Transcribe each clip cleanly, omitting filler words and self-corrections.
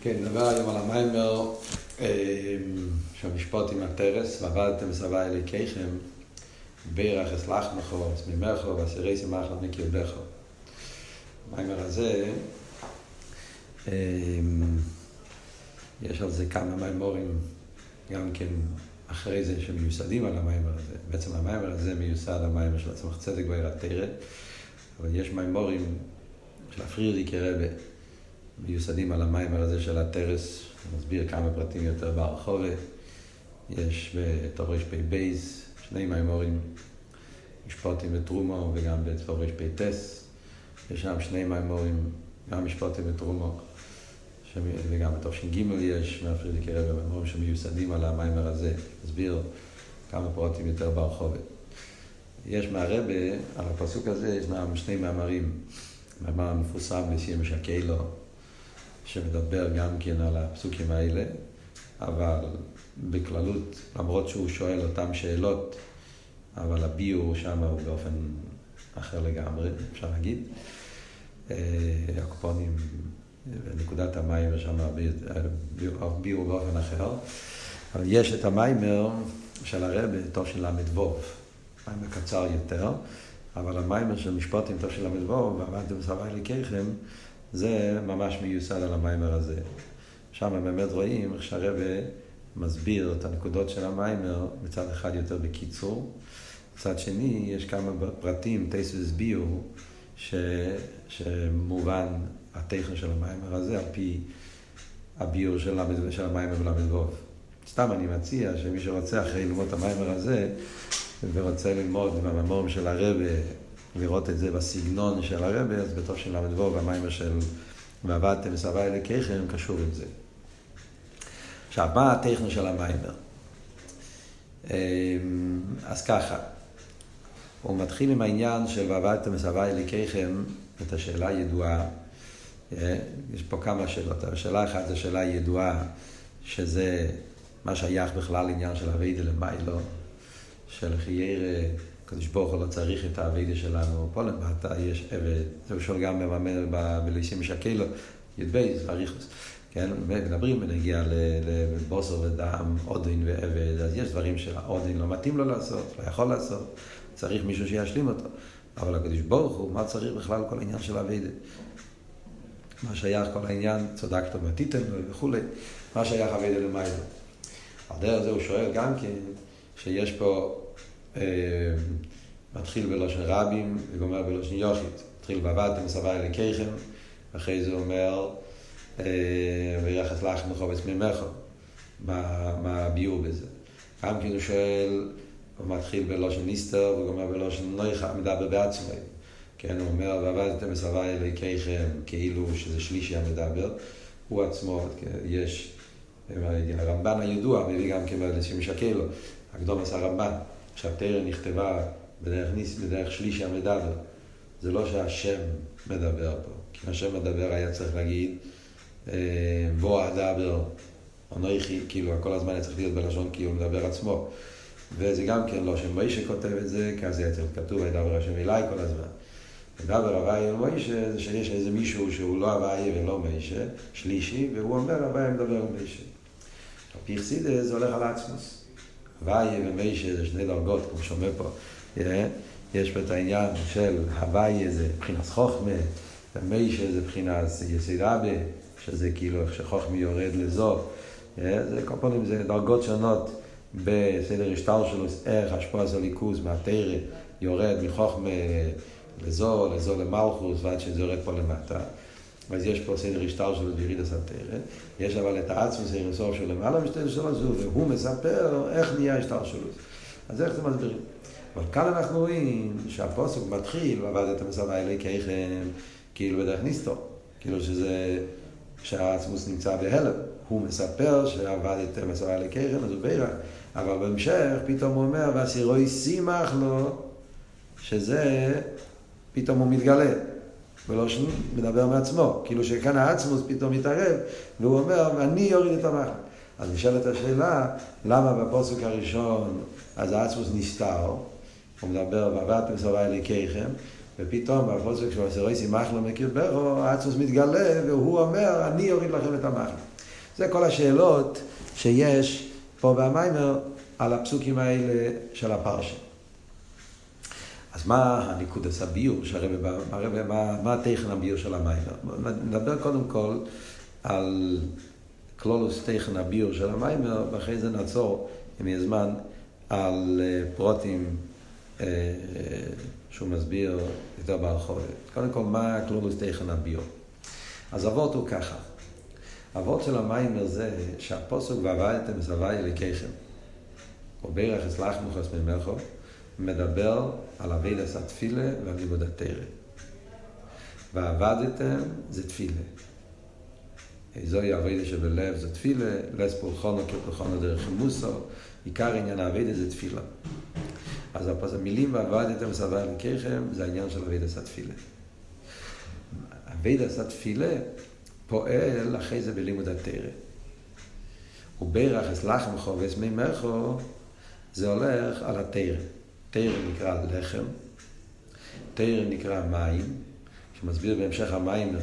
כן, נדבר היום על המיימר שהמשפוט עם הטרס, ועבדתם בסבא אלוקיכם, בירך אסלחנכו, צמימכו, ואסירי שמחת מקרבכו. המיימר הזה, יש על זה כמה מיימורים, גם כן אחרי זה שמיוסדים על המיימר הזה. בעצם המיימר הזה מיוסד על המיימר של עצמך צדק בעיר התרא, אבל יש מיימורים של הפרירדיקי רבי, מיוסדים על המיימר הזה של הטרס, מסביר כמה פרטים יותר בהרחבה. יש בתורש פי בייס, שני מיימורים, משפוטים ותרומו וגם בתורש פי טס. יש שם שני מיימורים, גם משפוטים ותרומו, וגם בתורשין ג' יש מהפרירדיקי רבי מיימורים שמיוסדים על המיימר הזה. מסביר כמה פרטים יותר בהרחבה. יש מהרבי, על הפסוק הזה ישנם שני מאמרים. מאמר המפורסם בשם שקילו, שמדבר גם כן על הפסוקים האלה, אבל בכללות, למרות שהוא שואל אותם שאלות, אבל הביור שם הוא באופן אחר לגמרי, אפשר להגיד. הקופונים, נקודת המיימר שם, הביור באופן אחר. אבל יש את המיימר של הרבי, תור של למדבוב, מיימר קצר יותר, אבל המיימר של משפוטים תור של למדבוב, ועבדתם בסבא אלוקיכם, זה ממש מיוסד על המיימר הזה. שם באמת רואים איך שהרבי מסביר את הנקודות של המיימר מצד אחד יותר בקיצור, מצד שני יש כמה פרטים, תייסוס ביור, שמובן הטכן של המיימר הזה על פי הביור של המיימר ולמדבוב. סתם אני מציע שמי שרוצה אחרי ללמוד את המיימר הזה ורוצה ללמוד מהמיימורים של הרבי, לראות את זה בסגנון של הרבי, אז בתור של למדבוב, המיימר של ועבדתם בסבא אלוקיכם קשור עם זה. עכשיו, מה הטכן של המיימר? אז ככה, הוא מתחיל עם העניין של ועבדתם בסבא אלוקיכם, את השאלה הידועה. יש פה כמה שאלות. השאלה אחת זה שאלה ידועה, שזה מה שייך בכלל לעניין של הווידה למיילו, של חייר הקדוש ברוך הוא לא צריך את העבודה שלנו, פה למטה יש עבד, זה שואל גם בליסים משקלו, ידבייס, אריכוס, כן, מדברים ונגיע לבוסר ודם, עודין ועבד, אז יש דברים שהעודין לא מתאים לו לעשות, לא יכול לעשות, צריך מישהו שישלים אותו, אבל הקדוש ברוך הוא, מה צריך בכלל כל העניין של העבודה? מה שייך כל העניין, צדקת ומתיתם וכו', מה שייך העבודה למיילו? על דרך זה הוא שואל גם כן, שיש פה מתחיל בלושן רבים וגומר בלושן יוחיד. מתחיל ועבדתם בסבא אלוקיכם, אחרי זה אומר וירך אסלחנכו וצמימכו. מה הביור בזה? גם כן הוא שואל, הוא מתחיל בלושן ניסטר וגומר בלושן נויחה, מדבר בעצמי. כן, הוא אומר ועבדתם בסבא אלוקיכם כאילו שזה שלישי המדבר. הוא עצמו, יש הרמב"ן הידוע, מביא גם כן בליסים שקלו, הקדום עשה הרמב"ן. שהתרא נכתבה בדרך שלישי המדבר. זה לא שהשם מדבר פה. כי השם מדבר היה צריך להגיד בוא אדבר, אנוכי, כאילו כל הזמן היה צריך להיות בלשון כי הוא מדבר עצמו. וזה גם כן לא שמוישה כותב את זה, כי זה צריך כתוב, ידבר השם אליי כל הזמן. מדבר הוואי אל מוישה, זה שיש איזה מישהו שהוא לא הוואי ולא מוישה, שלישי, והוא אומר הוואי מדבר על מוישה. הפי חסידות זה הולך על עצמוס. הוויה ומיישה זה שני דרגות, כמו שומע פה. יש פה את העניין של הוויה זה בחינת חוכמה, ומיישה זה בחינת יסוד אבא, שזה כאילו איך שחוכמה יורד לזו. זה כל פעמים זה דרגות שונות בסדר השטר שלו, איך השפוע זוליקוז מהתרא יורד מחוכמה לזו למלכוס, ועד שזה יורד פה למטה. אז יש פה סדר השטר שלו בירידס התרא, יש אבל את העצמוס הרסוף שלו למעלה משתר שלו זו, והוא מספר איך נהיה השטר שלו. אז איך זה מסבירים? אבל כאן אנחנו רואים שהפסוק מתחיל, ועבדתם בסבא אלוקיכם, כאילו בדרך ניסתו, כאילו שזה, שהעצמוס נמצא בהלם, הוא מספר שעבדתם בסבא אלוקיכם, אז הוא בירה, אבל בהמשך פתאום הוא אומר, והסירוי שימח לו, שזה פתאום הוא מתגלה. ולא מדבר מעצמו, כאילו שכאן העצמוס פתאום מתערב, והוא אומר, אני יוריד את המחל. אז נשאלת השאלה, למה בפסוק הראשון, אז העצמוס נסתר, הוא מדבר, ועבדתם בסבא אלוקיכם, ופתאום בפסוק שבסירוי שימח לו מקרבכו, העצמוס מתגלה, והוא אומר, אני יוריד לכם את המחל. זה כל השאלות שיש פה במיימר על הפסוקים האלה של הפרשה. אז מה הנקודס הביור שהרבא, מה תכן הביור של המיימר? נדבר קודם כל על כלולוס תכן הביור של המיימר, ואחרי זה נעצור, אם יהיה זמן, על פרוטים שהוא מסביר יותר בהרחבה. קודם כל, מה כלולוס תכן הביור? אז אבות הוא ככה. אבות של המיימר זה שהפסוק ועבדתם את הווי אלוקיכם, וברך אסלחנו חס ממך, מדבר על עבודת התפילה ועל לימוד התורה. ועבדתם זה תפילה. זוהי עבודה שבלב זה תפילה, לס פולחונו כפולחונו דרך מוסו, עיקר עניין העבודה זה תפילה. אז המילים ועבדתם את הווי אלוקיכם זה העניין של עבודת התפילה. עבודת התפילה פועל אחרי זה בלימוד התורה. וברך אסלחם חובס ממך, זה הולך על התורה. תורה נקרא לחם, תורה נקרא מים, שמסביר בהמשך המים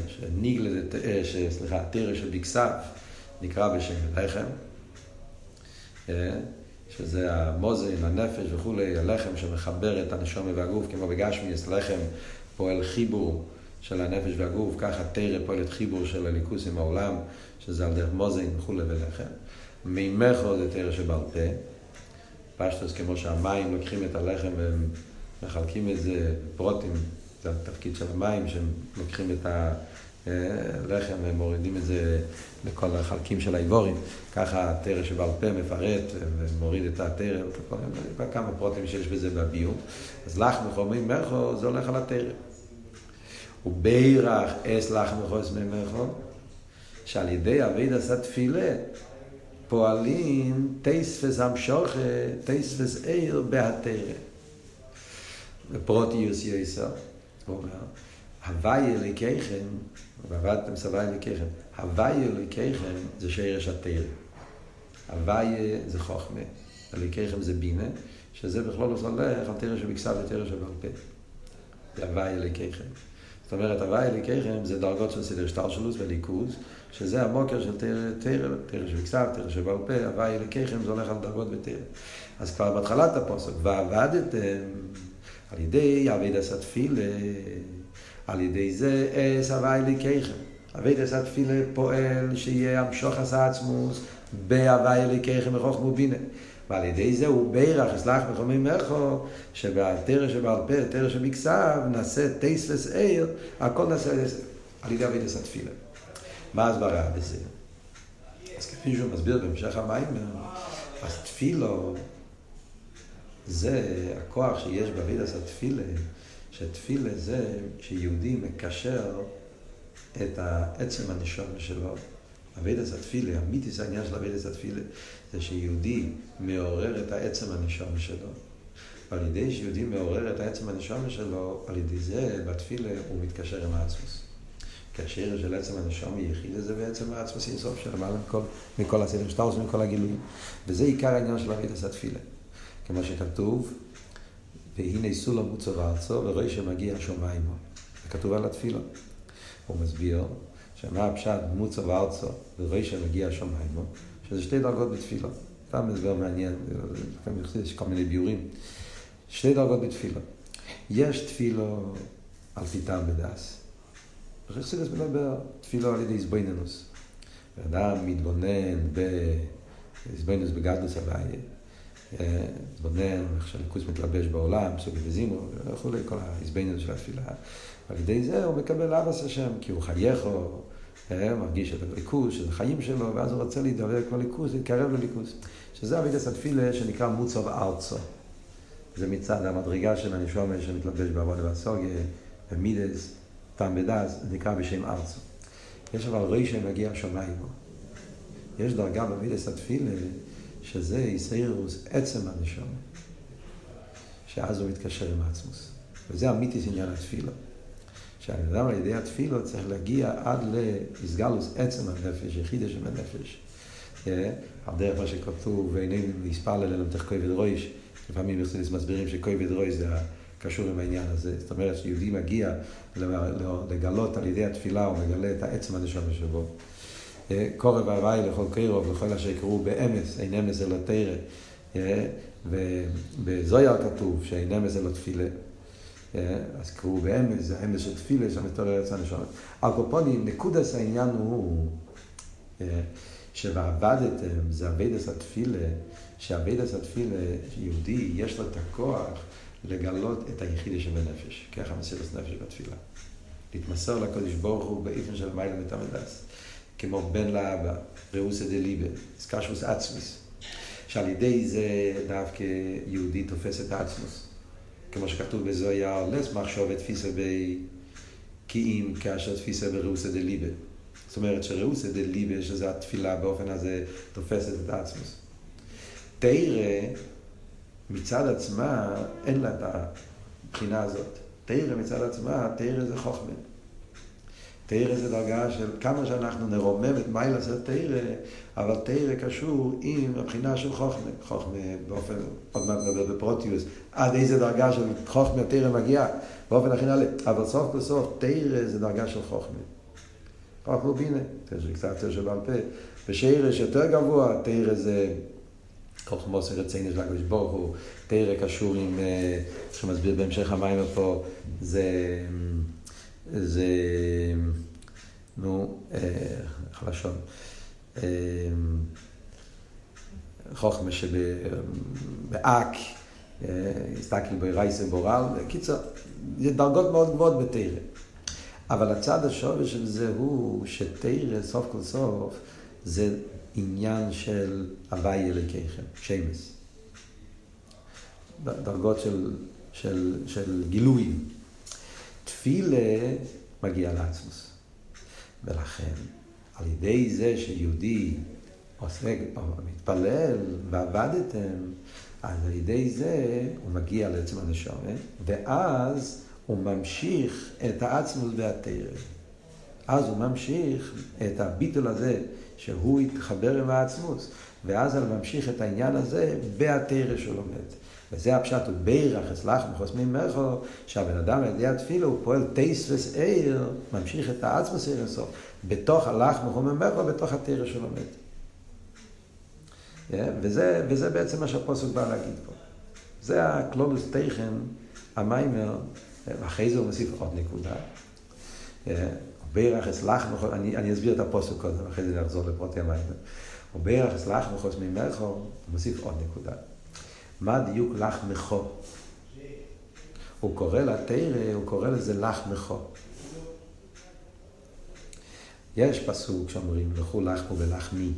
תורה שבכסף נקרא בשם לחם, שזה המוזן, הנפש וכולי, הלחם שמחבר את הנשמה והגוף, כמו בגשמיאס לחם פועל חיבור של הנפש והגוף, ככה תורה פועלת חיבור של הליכוס עם העולם, שזה על דרך מוזן וכולי ולחם. ממך זה תורה שבעל פה, פשטוס כמו שהמים לוקחים את הלחם ומחלקים את זה בפרוטים, זה התפקיד של המים שהם לוקחים את הלחם ומורידים את זה לכל החלקים של האיבורים, ככה התורה שבעל פה מפרט ומוריד את התורה, כמה פרוטים שיש בזה בביור. אז לחם חומרים מרחו זה הולך על התורה. ובירך אס לחם חוס ממרחו, שעל ידי עבודת התפילה פועלים תספס המשוכה, תספס עיר בהתורה. בפרוטיוס יסר, הוא אומר, הווי אלוקיכם, ועבדתם את הווי אלוקיכם, הווי אלוקיכם זה שרש התורה. הווי זה חוכמה, אלוקיכם זה בינה, שזה בכלל הולך על תורה שבכסף ותורה שבעל פה. זה הווי אלוקיכם. זאת אומרת, הווי אלוקיכם זה דרגות של סדר השתלשלות וליכוז, שזה המוקר של תורה שבכסף, תורה שבעל פה, הווי אלוקיכם זה הולך על דרגות בתורה. אז כבר בהתחלת הפסוק, ועבדתם על ידי עבודת התפילה, על ידי זה אס הווי אלוקיכם. עבודת התפילה פועל שיהיה המשוך עצמוס בהווי אלוקיכם מחוכמה ובינה. ועל ידי זה הוא בירך אסלח מחומרים מרחו, שבתורה שבעל פה, תורה שבכסף, נעשה תספס עיר, הכל נעשה על ידי עבודת התפילה. מה הסברה בזה? אז כפי שהוא מסביר בהמשך המיימר, אז תפילו זה הכוח שיש בעבודת התפילה, שתפילה זה שיהודי מקשר את העצם הנשמה שלו. עבודת התפילה, המיתיס העניין של עבודת התפילה, זה שיהודי מעורר את העצם הנשמה שלו. ועל ידי שיהודי מעורר את העצם הנשמה שלו, על ידי זה בתפילה הוא מתקשר עם העצמוס. כאשר של עצם הנשמה יחיד זה בעצם העצמוס אינסוף של מעלה מכל הסדר שטרס ומכל הגילויים. וזה עיקר העניין של עבודת התפילה. כמו שכתוב, והנה סולם מוצא וארצו ורואה שמגיע השמיימה. זה כתוב על התפילה. הוא מסביר שמה הפשט מוצא וארצו ורואה שמגיע השמיימה, שזה שתי דרגות בתפילה. זה מסבר מעניין, יש כל מיני ביורים. שתי דרגות בתפילה. יש תפילה על פיתם בדס. וחסידס מדבר תפילה על ידי הסבוננוס. האדם מתבונן בהסבוננוס בגדלוס הוויה. מתבונן איך שהליכוז מתלבש בעולם, סוגי וזימו, וכו', כל ההסבוננוס של התפילה. ועל ידי זה הוא מקבל אבס השם, כי הוא חייכו, מרגיש את הליכוז, שזה חיים שלו, ואז הוא רוצה להידבק בליכוז, להתקרב לליכוז. שזה עבודת התפילה שנקרא מוצא וארצו. זה מצד המדרגה של הנשמה שמתלבש בעבודה והסוגיה, ומידס, טעם בדס, זה נקרא בשם ארצו. יש אבל רואה שמגיע השמיים. יש דרגה בעבודת התפילה, שזה יסעירוס עצם הנשמה. שאז הוא מתקשר עם העצמוס. וזה אמיתיס עניין התפילה. שהאדם על ידי התפילה צריך להגיע עד להסגלוס עצם הנפש, יחידה של הנפש. על דרך מה שכתוב, ואיננו להספר ללם תחכוי ודרויש, לפעמים מסבירים שכוי ודרויש זה קשור עם העניין הזה. זאת אומרת שיהודי מגיע לגלות על ידי התפילה, הוא מגלה את העצם הנשמה שבו. קורא והוואי לכל קרוב לכל אשר יקראו באמס, אין אמס אלא תרא, ובזויר כתוב שאין אמס אלא תפילה, אז קראו באמס, זה אמס של תפילה, שם יותר ארץ הנשמה. על קופונים, נקודס העניין הוא שבעבדתם זה עבדת התפילה, שעבדת התפילה יהודי יש לו את הכוח לגלות את היחידה שבנפש, ככה מסירת נפש בתפילה. להתמסר לקדוש ברוך הוא באופן של מיילה מתעמדס, כמו בן לאבא, ראוסא דליבה, קשוס עצמוס, שעל ידי זה דווקא יהודי תופס את העצמוס, כמו שכתוב בזויר, לס מחשוב תפיסה בקיים כאשר תפיסה בראוסא דליבה. זאת אומרת שראוסא דליבה, שזה התפילה באופן הזה, תופסת את העצמוס. תרא מצד עצמה אין לה את הבחינה הזאת. תרא מצד עצמה, תרא זה חוכמה. תרא זה דרגה של כמה שאנחנו נרומם את מייל הזה תרא, אבל תרא קשור עם הבחינה של חוכמה. חוכמה באופן, עוד מעט נדבר בפרוטיוס, עד איזה דרגה של חוכמה תרא מגיעה, באופן הכי נעלה. אבל סוף בסוף תרא זה דרגה של חוכמה. חוכמה בינה, תרא קצת יותר שבעל פה. בשרש יותר גבוה, תרא זה חוכמה רציני של הקדוש ברוך הוא, תרא קשור עם, שמסביר בהמשך המים פה, זה חלשון, חוכמה שבאק, הסתכל ברייסה בורל, קיצר, זה דרגות מאוד גבוהות בתרא. אבל הצד השורש של זה הוא שתרא סוף כל סוף זה עניין של הווי אלוקיכם, שמס. דרגות של גילויים. תפילה מגיע לעצמוס. ולכן, על ידי זה שיהודי עוסק או מתפלל ועבדתם, אז על ידי זה הוא מגיע לעצם הנשמה, ואז הוא ממשיך את העצמוס והתרא. אז הוא ממשיך את הביטול הזה, שהוא יתחבר עם העצמוס, ואז הוא ממשיך את העניין הזה בהתרא שהוא לומד. וזה הפשט, הוא בירך, אצלח מחוס ממך, שהבן אדם על ידי התפילה הוא פועל טייס וסעיר, ממשיך את העצמוס אירסוף, בתוך הלך מחוס ממך, בתוך התרא שהוא לומד. וזה בעצם מה שהפוסק בא להגיד פה. זה הקלולוס תכן, המיימר, ואחרי זה הוא מוסיף עוד נקודה. בירך אצלח מחוס, אני אסביר את הפוסק קודם, אחרי זה נחזור לפרוטי המיימר. ובירך אצלח מחוס ממך, הוא מוסיף עוד נקודה. מה דיוק לחמכו? הוא קורא לתרא, הוא קורא לזה לחמכו. יש פסוק שאומרים, לכו לחמו בלחמי.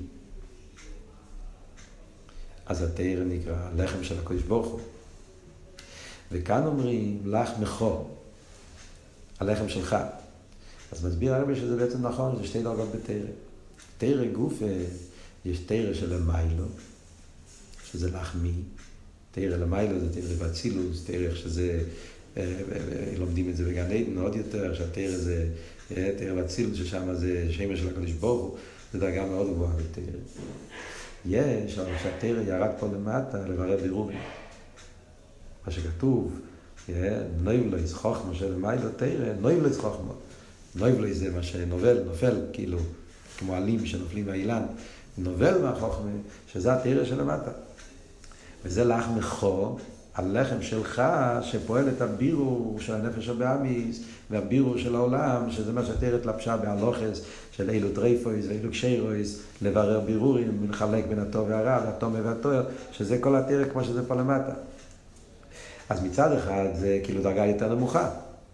אז התרא נקרא לחם של הקדוש ברוך הוא. וכאן אומרים, לחמכו, הלחם שלך. אז מסביר הרבה שזה בעצם נכון, זה שתי דרגות בתרא. תרא גוף, יש תרא של המיילו, שזה לחמי. תרא למיילו זה תרא באצילוס, תרא שזה, לומדים את זה בגן עדן עוד יותר, שהתרא זה תרא באצילוס, ששם זה שמש של הקדוש ברוך הוא, זה דרגה מאוד גבוהה בתרא. יש, אבל שהתרא ירד פה למטה לברר בירורים. מה שכתוב, נויבלויס חוכמה של מיילו תרא, נויבלויס חוכמה. נויבלויס זה מה שנובל, נופל, כאילו, כמו עלים שנופלים מהאילן, נובל מהחוכמה, שזה התרא של למטה. וזה לחמכו, הלחם שלך שפועל את הבירור של הנפש הבאמיס והבירור של העולם, שזה מה שהתרא התלבשה בהלוכס של אילו טרייפויס ואילו קשיירויס, לברר בירורים, לחלק בין הטוב והרע, והטוב והטוב, שזה כל התרא כמו שזה פה למטה. אז מצד אחד זה כאילו דרגה יותר נמוכה.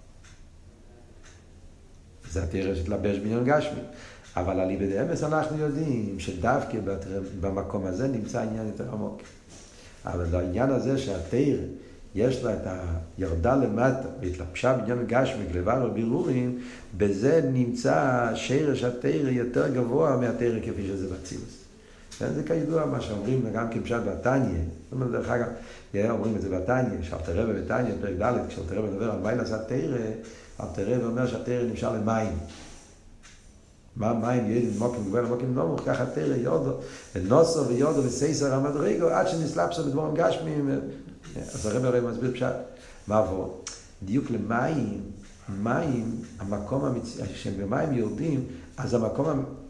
זה התרא שתלבש בעניין גשמי. אבל על ידי אמס אנחנו יודעים שדווקא במקום הזה נמצא עניין יותר עמוק. אבל העניין הזה שהתרא יש לה את הירדה למטה והתלבשה בעניין גשמי לברר בירורים, בזה נמצא שרש התרא יותר גבוה מהתרא כפי שזה באצילוס. זה כידוע מה שאומרים גם כפשט בתניא. זאת אומרת, דרך אגב, אומרים את זה בתניא, שאלתר רבי בתניא, פרק ד', כשאלתר רבי מדבר על מייל עשה תרא, אלתר רבי אומר שהתרא נמשל למים. מה מים ידעים מוקים גבל מוקים נמוך, ככה תרא יודו, ונוסו ויודו וסייסר המדרגו, עד שנסלפסו בדבורם גשמים. אז הרבי הרי מסביר פשט. מה עבור? דיוק למים, מים, המקום, כשהם במים יורדים, אז המקום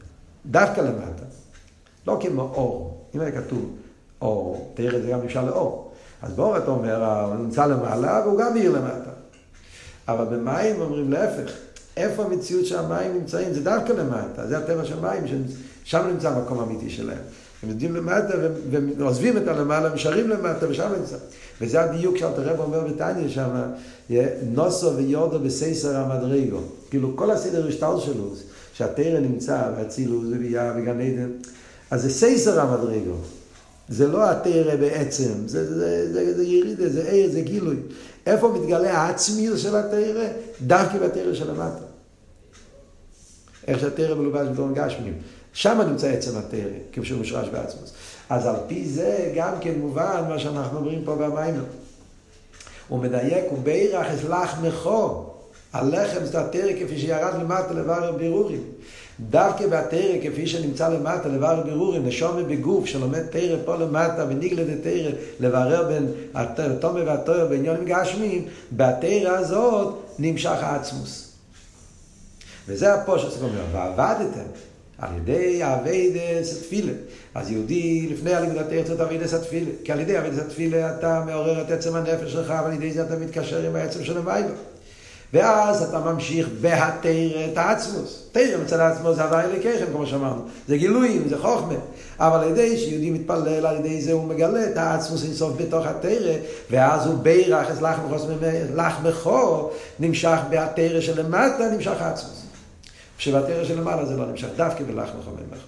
דווקא למטה. לא כמו אור. אם היה כתוב אור, תראה זה גם אפשר לאור. אז באור אתה אומר, הוא נמצא למעלה והוא גם מאיר למטה. אבל במים אומרים להפך. איפה המציאות שהמים נמצאים? זה דווקא למטה. זה הטבע של מים, שם נמצא המקום האמיתי שלהם. הם יודעים למטה ועוזבים את הלמעלה, משארים למטה ושם נמצא. וזה הדיוק שאלתר רב אומר בתניא שם, נוסו ויורדו בסייסר המדרגו. כאילו כל הסדר השטל שלו, שהתרא נמצא, והצילוס וביאה וגן עדן, אז זה סייסר המדרגו. זה לא התרא בעצם, זה ירידה, זה עיר, זה גילוי. איפה מתגלה העצמיות של התרא? דווקא בתרא של המטה. איך שהתרא מלובש בדורן גשמים. שם נמצא עצם התרא, כמו שהוא משרש בעצמוס. אז על פי זה גם כן מובן מה שאנחנו אומרים פה במיימר. הוא מדייק, הוא בירח את לחמך, הלחם זה התרא כפי שירד למטה לברר בירורים. דווקא בתרא כפי שנמצא למטה לברר בירורים, נשום בגוף שלומד תרא פה למטה ונגלד את תרא לברר בין התומא והתואר בעניונים גשמיים, בתרא הזאת נמשך העצמוס. וזה הפושט שאומר, ועבדתם על ידי עבודת התפילה. אז יהודי לפני הלימוד התורה צריך עבודת התפילה, כי על ידי עבודת התפילה אתה מעורר את עצם הנפש שלך, ועל ידי זה אתה מתקשר עם העצם של המיילה. ואז אתה ממשיך בהתרא את העצמוס. תרא מצד העצמוס זה הוויה אלוקיכם, כמו שאמרנו. זה גילויים, זה חוכמה. אבל על ידי שיהודי מתפלל, על ידי זה הוא מגלה את העצמוס אינסוף בתוך התרא, ואז הוא בירח את לחמך, נמשך בהתרא שלמטה, נמשך העצמוס. שבתרא שלמעלה זה לא נמשך, דווקא בלחמך ממך.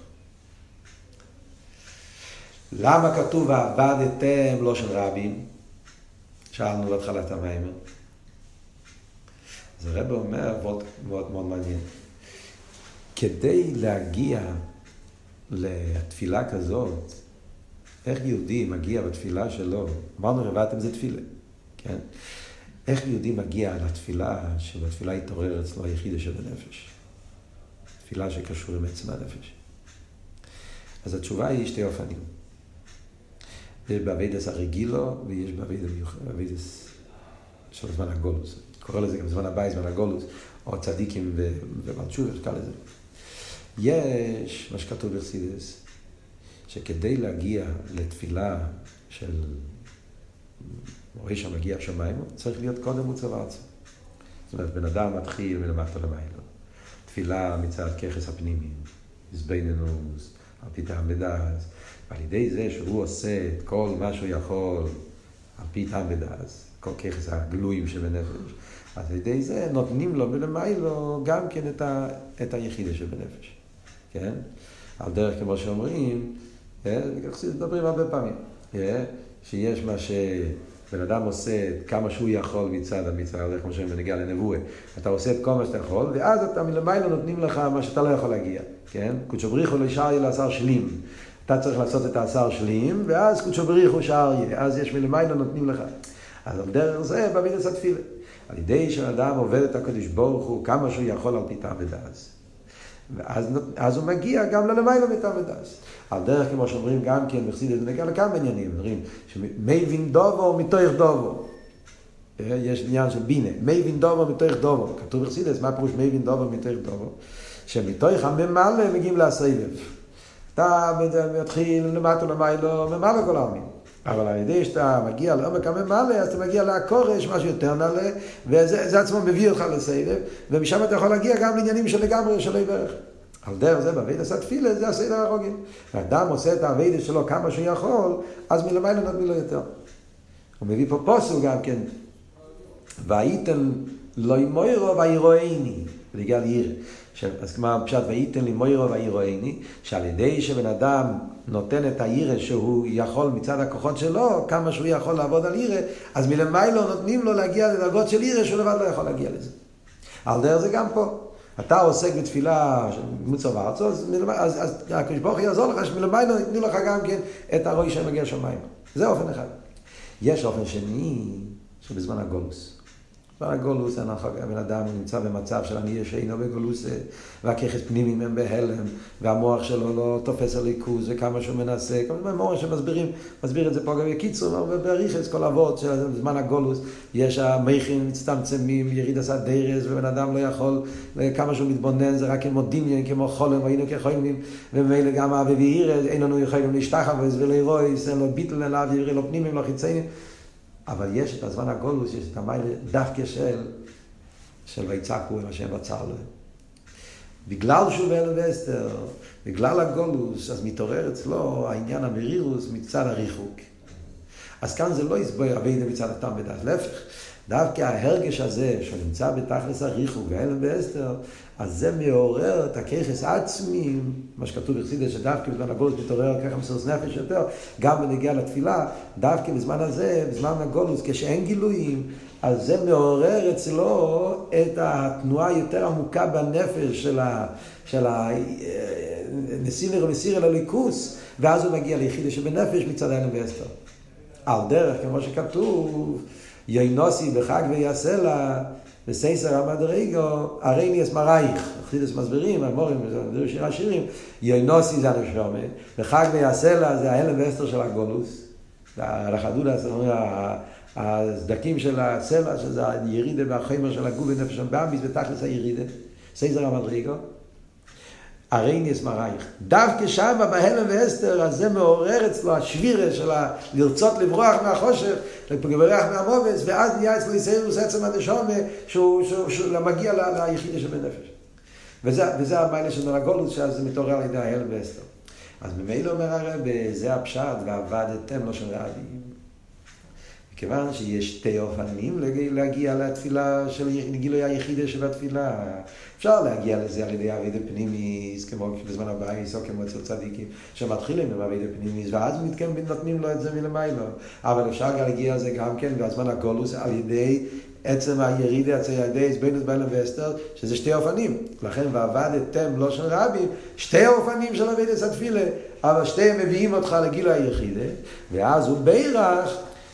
למה כתוב ועבדתם לא של רבים? שאלנו בהתחלת המיימר. אז הרב אומר מאוד מאוד מעניין. כדי להגיע לתפילה כזאת, איך יהודי מגיע בתפילה שלו? אמרנו רבעתם זה תפילה, כן? איך יהודי מגיע לתפילה שבתפילה יתעורר אצלו היחידה של הנפש? תפילה שקשור עם עצם הנפש. אז התשובה היא שתי אופנים. יש בעבודת הרגילה ויש בעבודת של זמן הגולוס. קורא לזה גם זמן הבא, זמן הגולוס, או צדיקים ובתשובה, שקל לזה. יש מה שכתוב בחסידות, שכדי להגיע לתפילה של מורה שמגיע השמיים, צריך להיות קודם מוצב ארצה. זאת אומרת, בן אדם מתחיל מלמטה למעלה. תפילה מצד ככס הפנימיים, זבנינוס, על פי טעם ודעת, ועל ידי זה שהוא עושה את כל מה שהוא יכול על פי טעם ודעת, כל ככס הגלויים שבנפש, אז על ידי זה נותנים לו ולמיילו גם כן את היחידה שבנפש. כן? על דרך כמו שאומרים, מדברים הרבה פעמים, שיש מה שבן אדם עושה כמה שהוא יכול מצד המצווה, כמו שאומרים בנגיע לנבואה. אתה עושה את כל מה שאתה יכול, ואז אתה מלמיילו נותנים לך מה שאתה לא יכול להגיע. כן? קודשו בריחו לא שער לעשר שלים. אתה צריך לעשות את העשר שלים, ואז קודשו בריחו שער יהיה. אז יש מלמיילו נותנים לך. אז על דרך זה בעבודת התפילה. על ידי שאדם עובד את הקדוש ברוך הוא כמה שהוא יכול על פי טעם ודעת. ואז הוא מגיע גם ללמיילו מטעם ודעת. על דרך כמו שאומרים גם כן בחסידות נגיע לכמה עניינים, אומרים שמבין דובו מתוך דובו. יש עניין של בינה, מבין דובו מתוך דובו. כתוב בחסידות, מה פירוש מבין דובו מתוך דובו? שמתוך הממלא מגיעים לסבב. אתה מתחיל למטה למיילו, ממלא כל העלמין. אבל על ידי שאתה מגיע לעומק הממלא, אז אתה מגיע לקורש, משהו יותר נעלה, וזה עצמו מביא אותך לסבב, ומשם אתה יכול להגיע גם לעניינים של לגמרי, של ברך. על דרך זה, בעבודת התפילה, זה הסדר הרוגל. האדם עושה את העבודה שלו כמה שהוא יכול, אז מלמעלה נותנים לו יותר. הוא מביא פה פוסוק גם כן, והייתן לא ימוירו וירואיני, בגלל ירא. אז כמו פשט והייתן לי מוירו וירואיני, שעל ידי שבן אדם נותן את הירא שהוא יכול מצד הכוחות שלו, כמה שהוא יכול לעבוד על ירא, אז מלמעלה נותנים לו להגיע לדרגות של ירא שהוא לבד לא יכול להגיע לזה. על דרך זה גם פה. אתה עוסק בתפילה של מוצב ארצו, אז הקדוש ברוך הוא יעזור לך שמלמעלה נתנו לך גם כן את הרוי שמגיע שמיים. זה אופן אחד. יש אופן שני שבזמן הגולוס. בזמן הגולוס, הבן אדם נמצא במצב של אני שאינו בגולוס, והכיחס פנימיים הם בהלם, והמוח שלו לא תופס על ליכוז, וכמה שהוא מנסה, כל מיני מוח מסביר את זה פה גם בקיצור, ובריחס כל אבות של בזמן הגולוס, יש המכין מצטמצמים, יריד עשה דרס, ובן אדם לא יכול, כמה שהוא מתבונן, זה רק כמו דמיין, כמו חולם, והיינו כחולים, ומילא גם אביביר, אין לנו יכולים להשתחב, ולרויס, אין לו ביטל אליו, יראה לו פנימיים, לא חיציינים, אבל יש את הזמן הגולוס, יש את המייל דווקא של ויצעקו אל השם בצר לו. בגלל שהוא ואלו ואסתר, בגלל הגולוס, אז מתעורר אצלו העניין המרירוס מצד הריחוק. אז כאן זה לא יסבוי עבודה מצד הטעם ודעת, להפך. דווקא ההרגש הזה שנמצא בתכלס הריחוק ואלו ואסתר, אז זה מעורר את הכיחס עצמי, מה שכתוב בחסידות שדווקא בזמן הגולוס מתעורר ככה מסירות נפש יותר, גם בנגיעה לתפילה, דווקא בזמן הזה, בזמן הגולוס, כשאין גילויים, אז זה מעורר אצלו את התנועה יותר עמוקה בנפש של הנסיבר ומסיר אל הליכוס, ואז הוא מגיע ליחידה שבנפש מצד אלו ואסתר. על דרך, כמו שכתוב, יוינוסי בחג ויעשה לה, בסייסר המדרגו, הרי נהיה סמרייך, חסידות מסבירים, המורים, זה שיר השירים, יוינוסי זה הנשומה, בחג ויעשה לה זה ההלם ואסתר של הגולוס, הרחדודה, הסדקים של הסלע, שזה הירידה והחומר של הגוף ונפש המבאמיס, ותכלס הירידה, סייסר המדרגו, הרי נהיה סמרייך. דווקא שם, בהלם ואסתר, אז זה מעורר אצלו השבירה של לרצות לברוח מהחושך, לברוח מהמובץ, ואז נהיה אצלו יסיירוס עצם הנשומה, שהוא מגיע ליחידה שבנפש. וזה המיילה של הגולוס, שאז זה מתעורר על ידי ההלם ואסתר. אז ממילא אומר הרב, זה הפשט, ועבדתם לא של רבים. כיוון שיש שתי אופנים להגיע לתפילה של גילוי היחידה שבתפילה. אפשר להגיע לזה על ידי עבודה פנימיס, כמו בזמן הבייס, או כמו אצל צדיקים, שמתחילים עם עבודה פנימיס, ואז נותנים לו את זה מלמיילו. אבל אפשר להגיע לזה גם כן, בזמן הגולוס, על ידי עצם הירידה, על ידי עצבנות באלם ואסתר, שזה שתי אופנים. לכן, ועבדתם לא של רבים, שתי האופנים של עבודת התפילה, אבל שתיהם מביאים אותך לגילוי היחידה, ואז הוא בירך,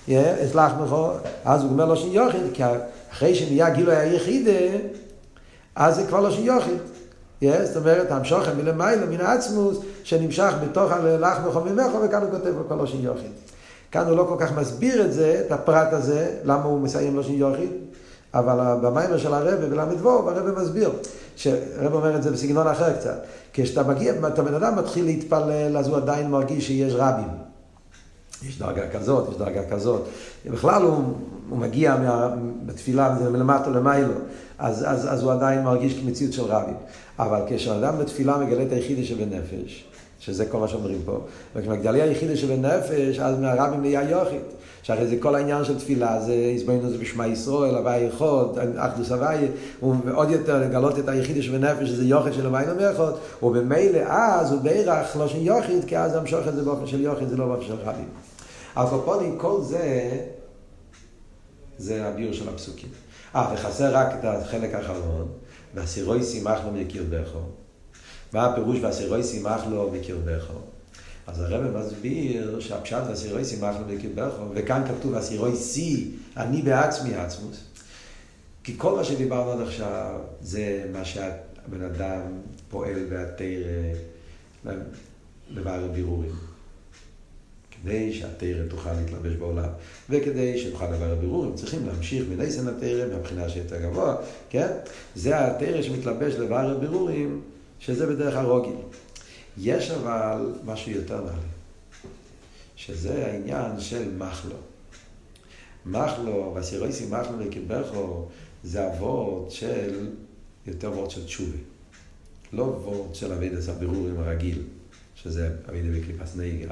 אז הוא אומר לו שיוחד, כי אחרי שנהיה גילוי היחידה, אז זה כבר לא שיוחד. זאת אומרת, המשוכן מלמעלה, מן העצמוס, שנמשך בתוך הלחמך ממך, וכאן הוא כותב לו כבר לא שיוחד. כאן הוא לא כל כך מסביר את זה, את הפרט הזה, למה הוא מסיים לא שיוחד, אבל במיימר של הרב ולמדבור, הרב מסביר, שהרב אומר את זה בסגנון אחר קצת. כשאתה מגיע, אתה בן אדם מתחיל להתפלל, אז הוא עדיין מרגיש שיש רבים. יש דרגה כזאת, יש דרגה כזאת. בכלל הוא מגיע בתפילה מלמטה למיילו, אז הוא עדיין מרגיש כמציאות של רבים. אבל כשאדם בתפילה מגלה את היחידה שבנפש, שזה כל מה שאומרים פה, וכשמגדלי היחידה שבנפש, אז מהרבים נהיה יוחד. שאחרי זה כל העניין של תפילה, זה הסברנו זה בשמה ישראל, הווי אחד, אחדוס הווי, ועוד יותר לגלות את היחידה שבנפש, שזה יוחד של הווי נמחד, ובמילא אז הוא בירך לא של יוחד, כי אז המשוך את זה באופן של יוחד, זה לא באופן של רבים. הקופונים, כל זה הביור של הפסוקים. וחסר רק את החלק האחרון, והסירוי שימח לו מקרבך. מה הפירוש והסירוי שימח לו מקרבך? אז הרב מסביר שהפשט והסירוי שימח לו מקרבך, וכאן כתוב והסירוי שיא, אני בעצמי עצמוס. כי כל מה שדיברנו עד עכשיו, זה מה שהבן אדם פועל והתרא לברר בירורים. כדי שהתרא תוכל להתלבש בעולם, וכדי שתוכל לברר בירורים, צריכים להמשיך בניסן התרא מהבחינה שיותר גבוה, כן? זה התרא שמתלבש לברר בירורים, שזה בדרך הרוגל. יש אבל משהו יותר נעלה, שזה העניין של מחלו. מחלו, והסירויסי מחלו לקרבכו, זה אבות של, יותר אבות של תשובה. לא אבות של עבודת הבירורים הרגיל, שזה עבודת בקליפת נהיגה.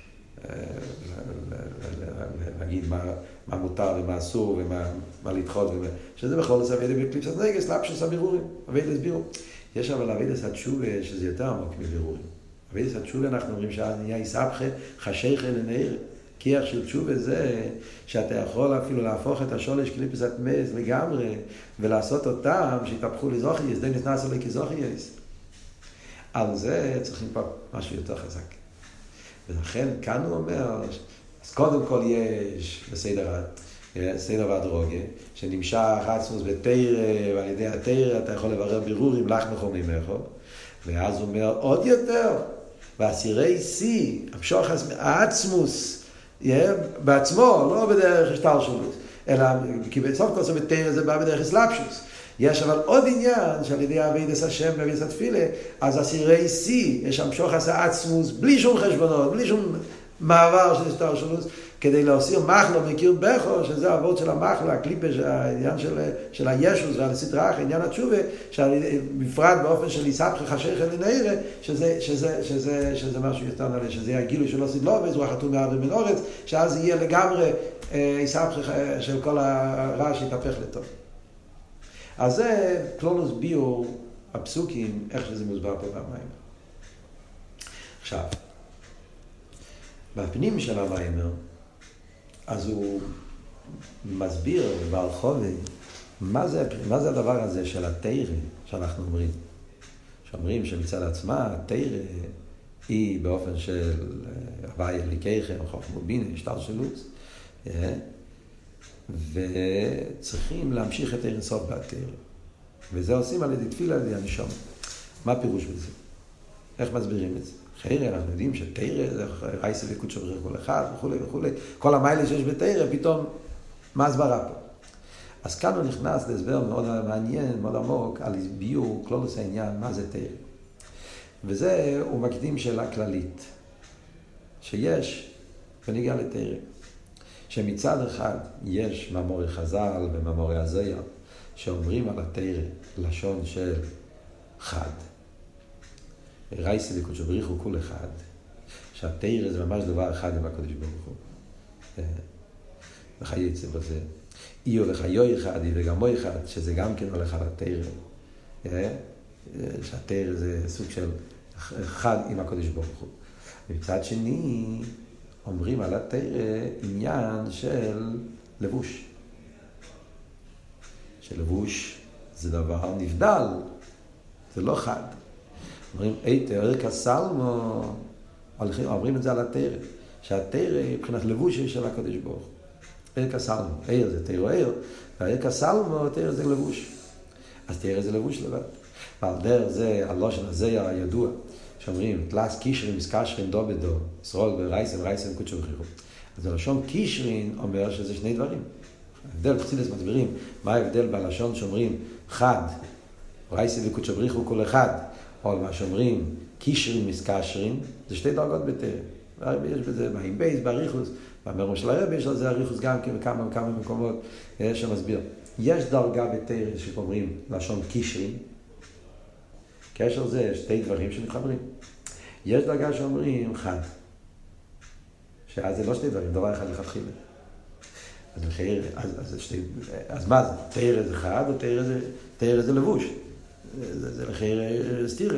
להגיד מה מותר ומה אסור ומה לדחות, שזה בכל זאת עבודת בקליפת נהיגה, סלאפשוס הבירורים, עבודת בירור. יש אבל עבודת התשובה שזה יותר עמוק מבירורים. עבודת התשובה אנחנו אומרים שאז נהיה יסבכה חשיכה לנעיר. כיח של תשובה זה שאתה יכול אפילו להפוך את השולש קליפס התמס לגמרי ולעשות אותם שיתהפכו לזוכייס, די נכנס אלי כזוכייס. על זה צריכים פה משהו יותר חזק. ולכן כאן הוא אומר, אז קודם כל יש בסדר סדר והדרוגה, שנמשך עצמוס בתרא, ועל ידי התרא אתה יכול לברר בירורים לך מחומי מחו, ואז הוא אומר עוד יותר, בעשירי שיא, המשוך העצמוס, בעצמו, לא בדרך השתלשלות, אלא כי בסוף כל זאת בתרא זה בא בדרך אסלאפשוס. יש אבל עוד עניין שעל ידי עבודת השם ועבודת התפילה, אז עשירי שיא, יש המשוך העצמוס בלי שום חשבונות, בלי שום מעבר של השתלשלות, כדי להוסיר מחלו מקיר בכו, שזה העבוד של המחלו, הקליפה, העניין של הישוס והסדרה, עניין התשובה, בפרט באופן של יסבך חשך אל נעירה, שזה משהו יותר נעלה, שזה הגילוי שלא סדלובס, הוא החתום מהאוויר מן אורץ, שאז יהיה לגמרי יסבך של כל הרע שיתהפך לטוב. אז זה כלולוס ביור הפסוקים, איך שזה מוסבר פה במים. עכשיו, בפנים של המיימר, אז הוא מסביר בעל חובי מה זה הדבר הזה של התרא שאנחנו אומרים. שאומרים שמצד עצמה התרא היא באופן של הווי אליקייכם, חוכמה ובינה, השתלשלות, וצריכים להמשיך את אינסוף בתרא. וזה עושים על ידי תפילה, על ידי הנשמה. מה הפירוש בזה? איך מסבירים את זה? חיירה, אנחנו יודעים שתרא זה רייסה וקודשו ברוך כל אחד וכו' וכו'. כל המיילה שיש בתרא, פתאום, מה הסברה פה? אז כאן הוא נכנס להסבר מאוד מעניין, מאוד עמוק, על ביור, כלולוס העניין, מה זה תרא. וזה הוא מקדים שאלה כללית, שיש, ונגיע לתרא, שמצד אחד יש מאמורי חז"ל ומאמורי הזוהר, שאומרים על התרא לשון של חד. רייסה וקודשו ברוך הוא כל אחד, שהתרא זה ממש דבר אחד עם הקודש ברוך הוא. וחייצא בזה. איו וחיו אחד, וגמו אחד, שזה גם כן הולך על התרא. שהתרא זה סוג של אחד עם הקודש ברוך הוא. מצד שני, אומרים על התרא עניין של לבוש. שלבוש זה דבר נבדל, זה לא חד. אומרים, ערך הסלמו, אומרים את זה על התרא, שהתרא מבחינת לבוש של הקודש ברוך הוא. ערך הסלמו, עיר זה תרא עיר, והערך הסלמו, תרא זה לבוש. אז תרא זה לבוש לבד. ועל דרך זה, הלושן הזה הידוע, שאומרים, תלס קישרין מסקשרין דו בדו, ישראל ברייסם, רייסם קודשו ברוך הוא. אז הלשון קישרין אומר שזה שני דברים. ההבדל, חסידות מסבירים, מה ההבדל בלשון שאומרים חד, רייסם וקודשו ברוך הוא כל אחד, או מה שאומרים, קישרים מסקשרים, זה שתי דרגות בתרא. יש בזה מים בייס, באריכוס, במרום של הרב יש על זה אריכוס גם כן בכמה מקומות שמסביר. יש דרגה בתרא שאומרים לשון קישרים, קשר זה שתי דברים שמתחברים. יש דרגה שאומרים חד, שאז זה לא שתי דברים, דבר אחד לכתחילה. אז מה זה? תרא זה חד או תרא זה לבוש? זה לחייר סתירה.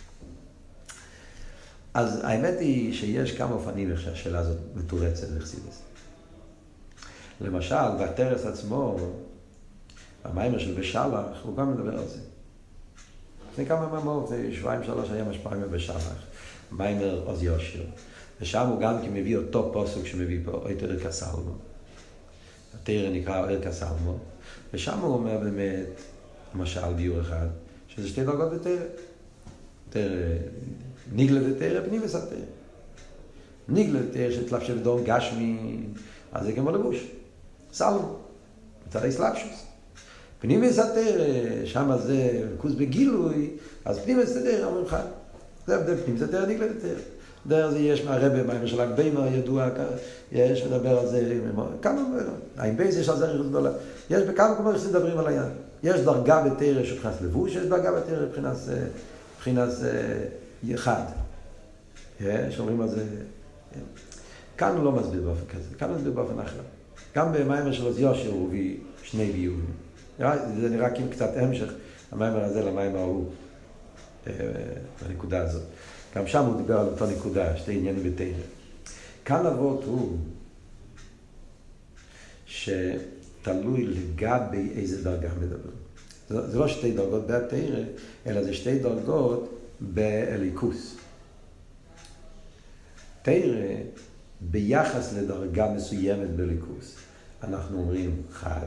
אז האמת היא שיש כמה אופנים איך שהשאלה הזאת מתורצת לחסידות. למשל, בתרס עצמו, המיימר של בשלח, הוא גם מדבר על זה. לפני כמה מאמרות, 2-3 היה משפעה בשלח, מיימר עוז יושר. ושם הוא גם כי מביא אותו פוסוק שמביא פה, או יותר כסלמו. התרא נקרא או כסלמו. ושם הוא אומר באמת, למשל ביור אחד, שזה שתי דרגות בתרא. תרא, ניגלה בתרא, פנימי סתרא. ניגלה בתרא שתלף שבדום גשמי, אז זה כמו לבוש. סלמו, מצד האסלאפשוס. פנימי סתרא, שם זה כוס בגילוי, אז פנימי סתרא, אומרים לך, זה הבדל פנימי סתרא, ניגלה בתרא. דרך זה יש מהרבא, מהרבא של הגביימר ידוע, יש מדבר על זה, כמה דברים. האם בייס יש על זה עריכות גדולה. יש בכמה מקומות שמדברים על העניין. יש דרגה בתרא שבחינת לבוש, יש דרגה בתרא מבחינת אחד. שאומרים על זה. כאן הוא לא מסביר באופן כזה, כאן הוא מסביר באופן אחר. גם במיימר של עוז יושר הוא הביא שני ביורים. זה נראה כאילו קצת המשך, המיימר הזה למיימר ההוא, בנקודה הזאת. גם שם הוא דיבר על אותו נקודה, שתי עניינים בתרא. כאן אבות הוא שתלוי לגבי איזה דרגה מדבר. זה לא שתי דרגות בתרא, אלא זה שתי דרגות באליקוס. תרא ביחס לדרגה מסוימת באליקוס. אנחנו אומרים חד.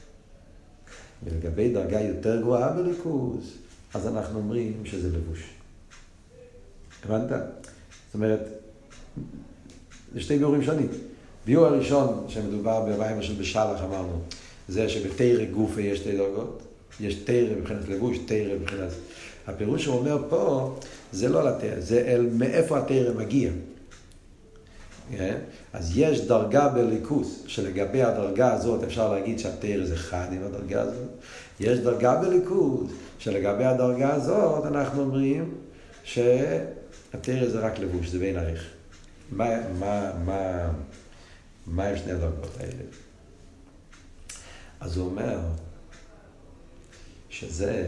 ולגבי דרגה יותר גבוהה בליכוז, אז אנחנו אומרים שזה לבוש. הבנת? זאת אומרת, זה שתי ביורים שונים. ביור הראשון, שמדובר במים של בשלח, אמרנו, זה שבתרא גופה יש שתי דרגות. יש תרא מבחינת לבוש, תרא מבחינת... הפירוש שהוא אומר פה, זה לא לתרא, זה מאיפה התרא מגיע. אז יש דרגה בליכוס, שלגבי הדרגה הזאת אפשר להגיד שהתרא זה חד עם הדרגה הזאת. יש דרגה בליכוס, שלגבי הדרגה הזאת אנחנו אומרים שהתרא זה רק לבוש, זה בין ערך. מה הם שני הדרגות האלה? אז הוא אומר שזה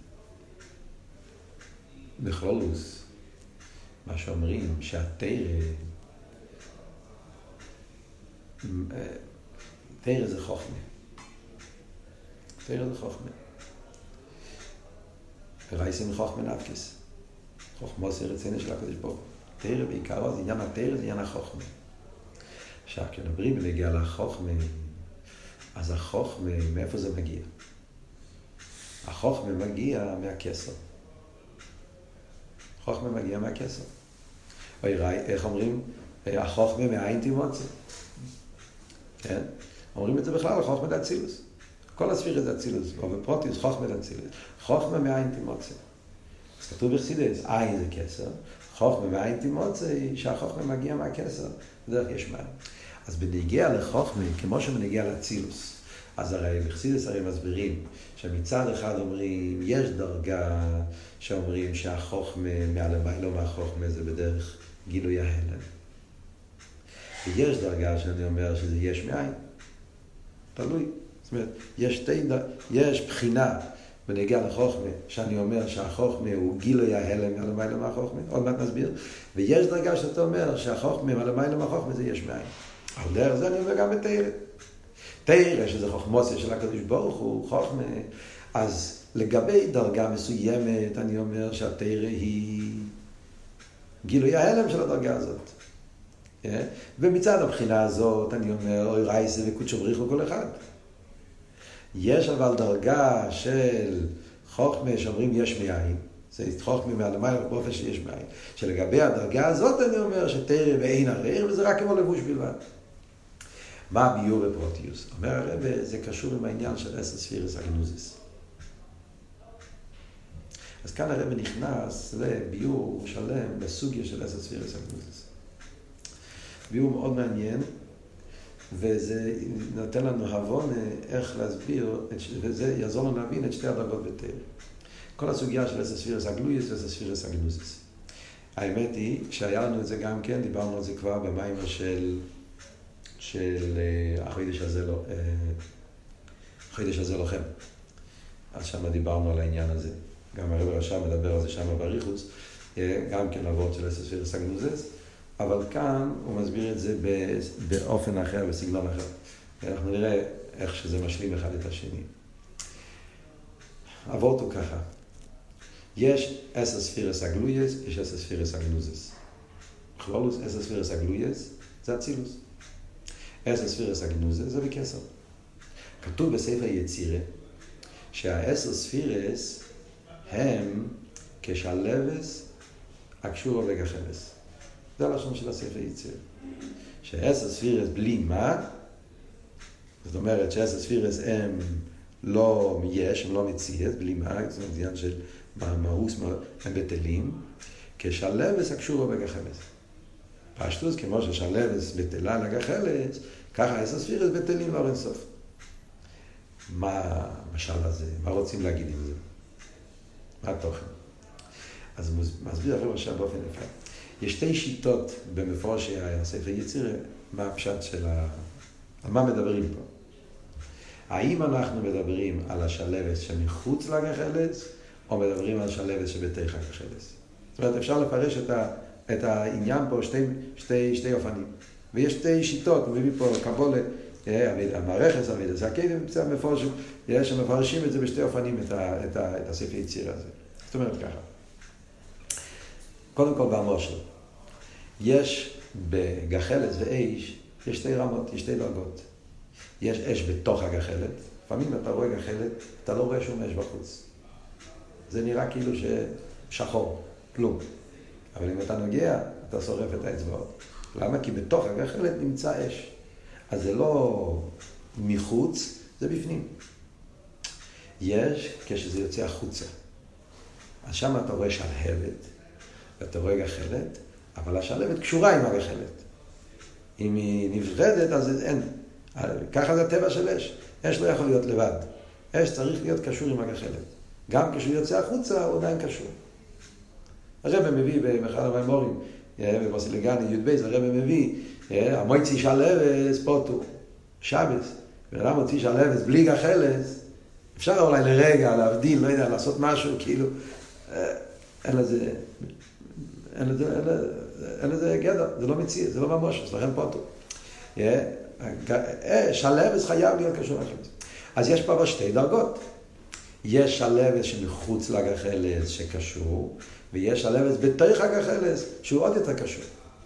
בכלולוס, מה שאומרים שהתרא תרא זה חוכמה. תרא זה חוכמה. רייסים חוכמה נפקס. חוכמה זה רציני של הקדוש ברוך הוא. תרא בעיקרו זה עניין התרא, זה עניין החוכמה. עכשיו, כשנדברים בנגיע לחוכמה, אז החוכמה, מאיפה זה מגיע? החוכמה מגיע מהכסר. חוכמה מגיע מהכסר. איך אומרים? החוכמה מהאינטימוציה. כן? אומרים את זה בכלל, החוכמה זה אצילוס. כל הספירה זה אצילוס, ובפרוטיוס חוכמה זה אצילוס. חוכמה מהאינטימוציה. אז כתוב בחסידות, עין זה כסר, חוכמה מהאינטימוציה היא שהחוכמה מגיע מהכסר, בדרך יש מים. אז בנגיע לחוכמה, כמו שבנגיע לאצילוס, אז הרי בחסידות הרי מסבירים שמצד אחד אומרים, יש דרגה שאומרים שהחוכמה מעלמי, לא מהחוכמה, זה בדרך גילוי ההלם. ויש דרגה שאני אומר שזה יש מאין. תלוי. זאת אומרת, יש בחינה בנגיע לחוכמה, שאני אומר שהחוכמה הוא גילוי ההלם מעלמי מהחוכמה, עוד מעט נסביר. ויש דרגה שאתה אומר שהחוכמה מעלמי מהחוכמה זה יש מאין. על דרך זה אני אומר גם בתרא. תרא, שזה חוכמוסיה של הקדוש ברוך הוא, חוכמה. אז לגבי דרגה מסוימת, אני אומר שהתרא היא גילוי ההלם של הדרגה הזאת. ומצד הבחינה הזאת אני אומר אוי רייסה וקודשו בריחו כל אחד. יש אבל דרגה של חוכמה שאומרים יש מאין, זה חוכמה מעלמי באופן שיש מאין, שלגבי הדרגה הזאת אני אומר שתרא ואין ערער, וזה רק כמו לבוש בלבד. מה הביור בפרוטיוס? אומר הרב, זה קשור עם העניין של עשר ספירס הגנוזיס. אז כאן הרב נכנס לביור שלם בסוגיה של עשר ספירס הגנוזיס. ביור מאוד מעניין, וזה נותן לנו הבון איך להסביר, וזה יעזור לנו להבין את שתי הדרגות בתרא. כל הסוגיה של עשר ספירס הגלויס ועשר ספירס הגנוזיס. האמת היא שהיה לנו את זה גם כן, דיברנו על זה כבר במיימר של החודש הזה לוחם. אז שם דיברנו על העניין הזה. גם הרב הרש"ם מדבר על זה שם בריחוס, גם כן לעבוד של עשר ספירס הגנוזיס. אבל כאן הוא מסביר את זה באופן אחר, בסגנון אחר. אנחנו נראה איך שזה משלים אחד את השני. עבור אותו ככה. יש עשר ספירס הגלויס, יש עשר ספירס הגנוזיס. בכלולוס, עשר ספירס הגלויס זה אצילוס. עשר ספירס הגנוזיס זה בכסר. כתוב בספר יצירה שהעשר ספירס הם כשלבס הקשור וגחלס. זה הלשון של הספר יצירה. שעשר ספירס בלי מה, זאת אומרת שעשר ספירס הם לא יש, הם לא מציאת, בלי מה, זאת אומרת עניין של מאוס, הם בטלים, כשלבס הקשור וגחלס. פשטוס, כמו ששלבס בטלה לגחלס, ככה עשר ספירס בטלים לא אין סוף. מה המשל הזה? מה רוצים להגיד עם זה? מה התוכן? אז מסביר הרב עכשיו באופן יפה. יש שתי שיטות במפורש הספר יצירה, מה הפשט של על מה מדברים פה. האם אנחנו מדברים על השלבס שמחוץ לגחלס, או מדברים על השלבס שבתוך הגחלס? זאת אומרת, אפשר לפרש את העניין פה שתי אופנים. ויש שתי שיטות, הוא מביא פה קבולה, המערכת, זה הקדם, שמפרשים את זה בשתי אופנים, את הספר יצירה הזה. זאת אומרת ככה. קודם כל במושל. יש בגחלס ואש, יש שתי רמות, יש שתי דרגות. יש אש בתוך הגחלת. לפעמים אתה רואה גחלת, אתה לא רואה שום אש בחוץ. זה נראה כאילו ששחור, כלום. אבל אם אתה נוגע, אתה שורף את האצבעות. למה? כי בתוך הגחלת נמצא אש. אז זה לא מחוץ, זה בפנים. יש כשזה יוצא החוצה. אז שם אתה רואה שלהבת, ואתה רואה גחלת, אבל השלהבת קשורה עם הגחלת. אם היא נפרדת, אז אין. ככה זה הטבע של אש. אש לא יכול להיות לבד. אש צריך להיות קשור עם הגחלת. גם כשהוא יוצא החוצה, הוא עדיין קשור. הרב מביא באחד המיימורים, בבוסילגני, י"ב, הרב מביא, המויצי שלהבת פוטו, שבס. ולמה מוציא שלהבת בלי גחלת, אפשר אולי לרגע להבדיל, לא יודע, לעשות משהו, כאילו, אין לזה גדר, זה לא מציע, זה לא ממש, זה לכן פוטו. שלהבת חייב להיות קשור לחלץ. אז יש פה שתי דרגות. יש שלהבת שמחוץ לגחלת שקשור, ויש שלהבת בתוך הגחלת שהוא עוד יותר קשור.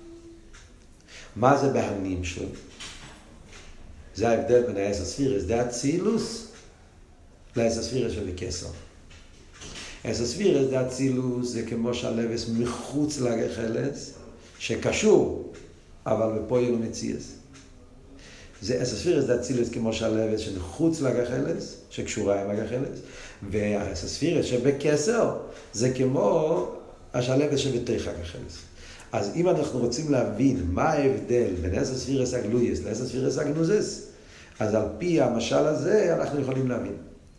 מה זה בהנים שלו? זה ההבדל בין העשר ספירס, זה הצילוס לעשר ספירס של כסר. עשר ספירס, זה הצילוס, זה כמו שלהבת מחוץ לגחלת שקשור, אבל בפה יהיה לו מציאס. זה עשר ספירס, זה הצילוס כמו שלהבת שמחוץ לגחלת, שקשורה עם הגחלת, והעשר ספירס שבכסר, זה כמו השלהבת שבתוך הגחלת. אז אם אנחנו רוצים להבין מה ההבדל בין עשר ספירס הגלויס לעשר ספירס הגנוזס, אז על פי המשל הזה אנחנו יכולים להבין.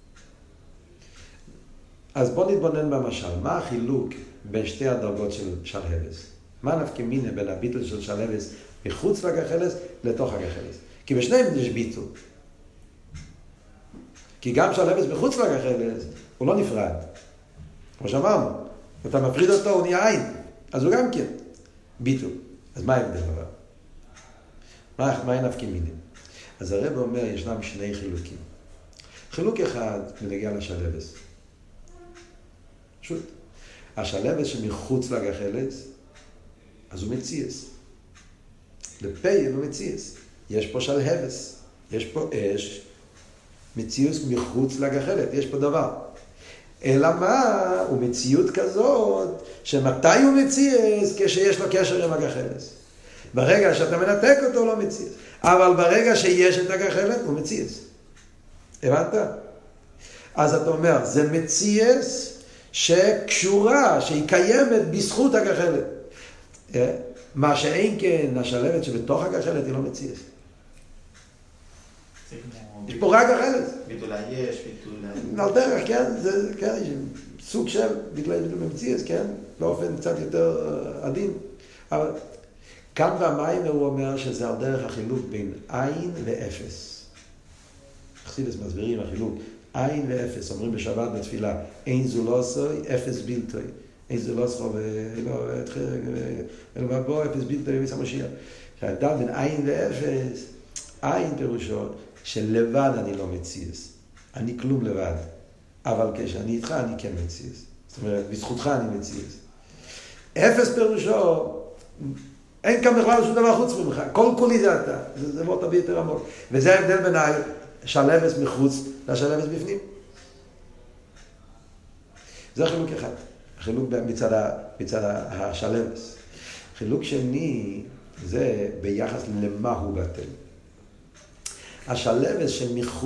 אז בואו נתבונן במשל. מה החילוק בין שתי הדרגות של שלהבת? מה נפקא מינה בין הביטל של שלהבת מחוץ לגחלת לתוך הגחלת? כי בשניהם יש ביטול. כי גם שלהבת מחוץ לגחלת הוא לא נפרד. כמו שאמרנו, אתה מפריד אותו, הוא נהיה עין. אז הוא גם כן ביטול. אז מה ההבדל דבר? מה נפקא מינה? אז הרב אומר, ישנם שני חילוקים. חילוק אחד בנגיע לשלהבת. פשוט. השלהבת שמחוץ לגחלת, אז הוא מציאס. לפייל הוא מציאס. יש פה שלהבת, יש פה אש, מציאוס מחוץ לגחלת, יש פה דבר. אלא מה? הוא מציאות כזאת, שמתי הוא מציאס? כשיש לו קשר עם הגחלת. ברגע שאתה מנתק אותו, הוא לא מציאס. אבל ברגע שיש את הגחלת, הוא מציאס. הבנת? אז אתה אומר, זה מציאס שקשורה, שהיא קיימת בזכות הגחלת. מה שאין כן, השלהבת שבתוך הגחלת היא לא מציאס. יש פה רק גחלת. ביטול היש, ביטול... על דרך, כן, זה סוג של ביטול מציאס, כן, באופן קצת יותר עדין. אבל כאן במים הוא אומר שזה על דרך החילוק בין עין ואפס. חסידס מסבירים החילוק. עין ואפס, אומרים בשבת בתפילה, אין זו לא עשוי, אפס בלתוי. אין זו לא עשוי, אלו בבוא, אפס בלתוי, ויש המשיח. שההבדל בין עין ואפס, עין פירושו, שלבד אני לא מציאס. אני כלום לבד. אבל כשאני איתך, אני כן מציאס. זאת אומרת, בזכותך אני מציאס. אפס פירושו, אין כאן בכלל שום דבר חוץ ממך. כל כולי זה אתה. זה מאוד תביא יותר עמוק. וזה ההבדל בין השלהבת מחוץ לשלהבת בפנים. זה חילוק אחד. חילוק מצד השלהבת. חילוק שני זה ביחס למה הוא בטל. השלהבת שמחוץ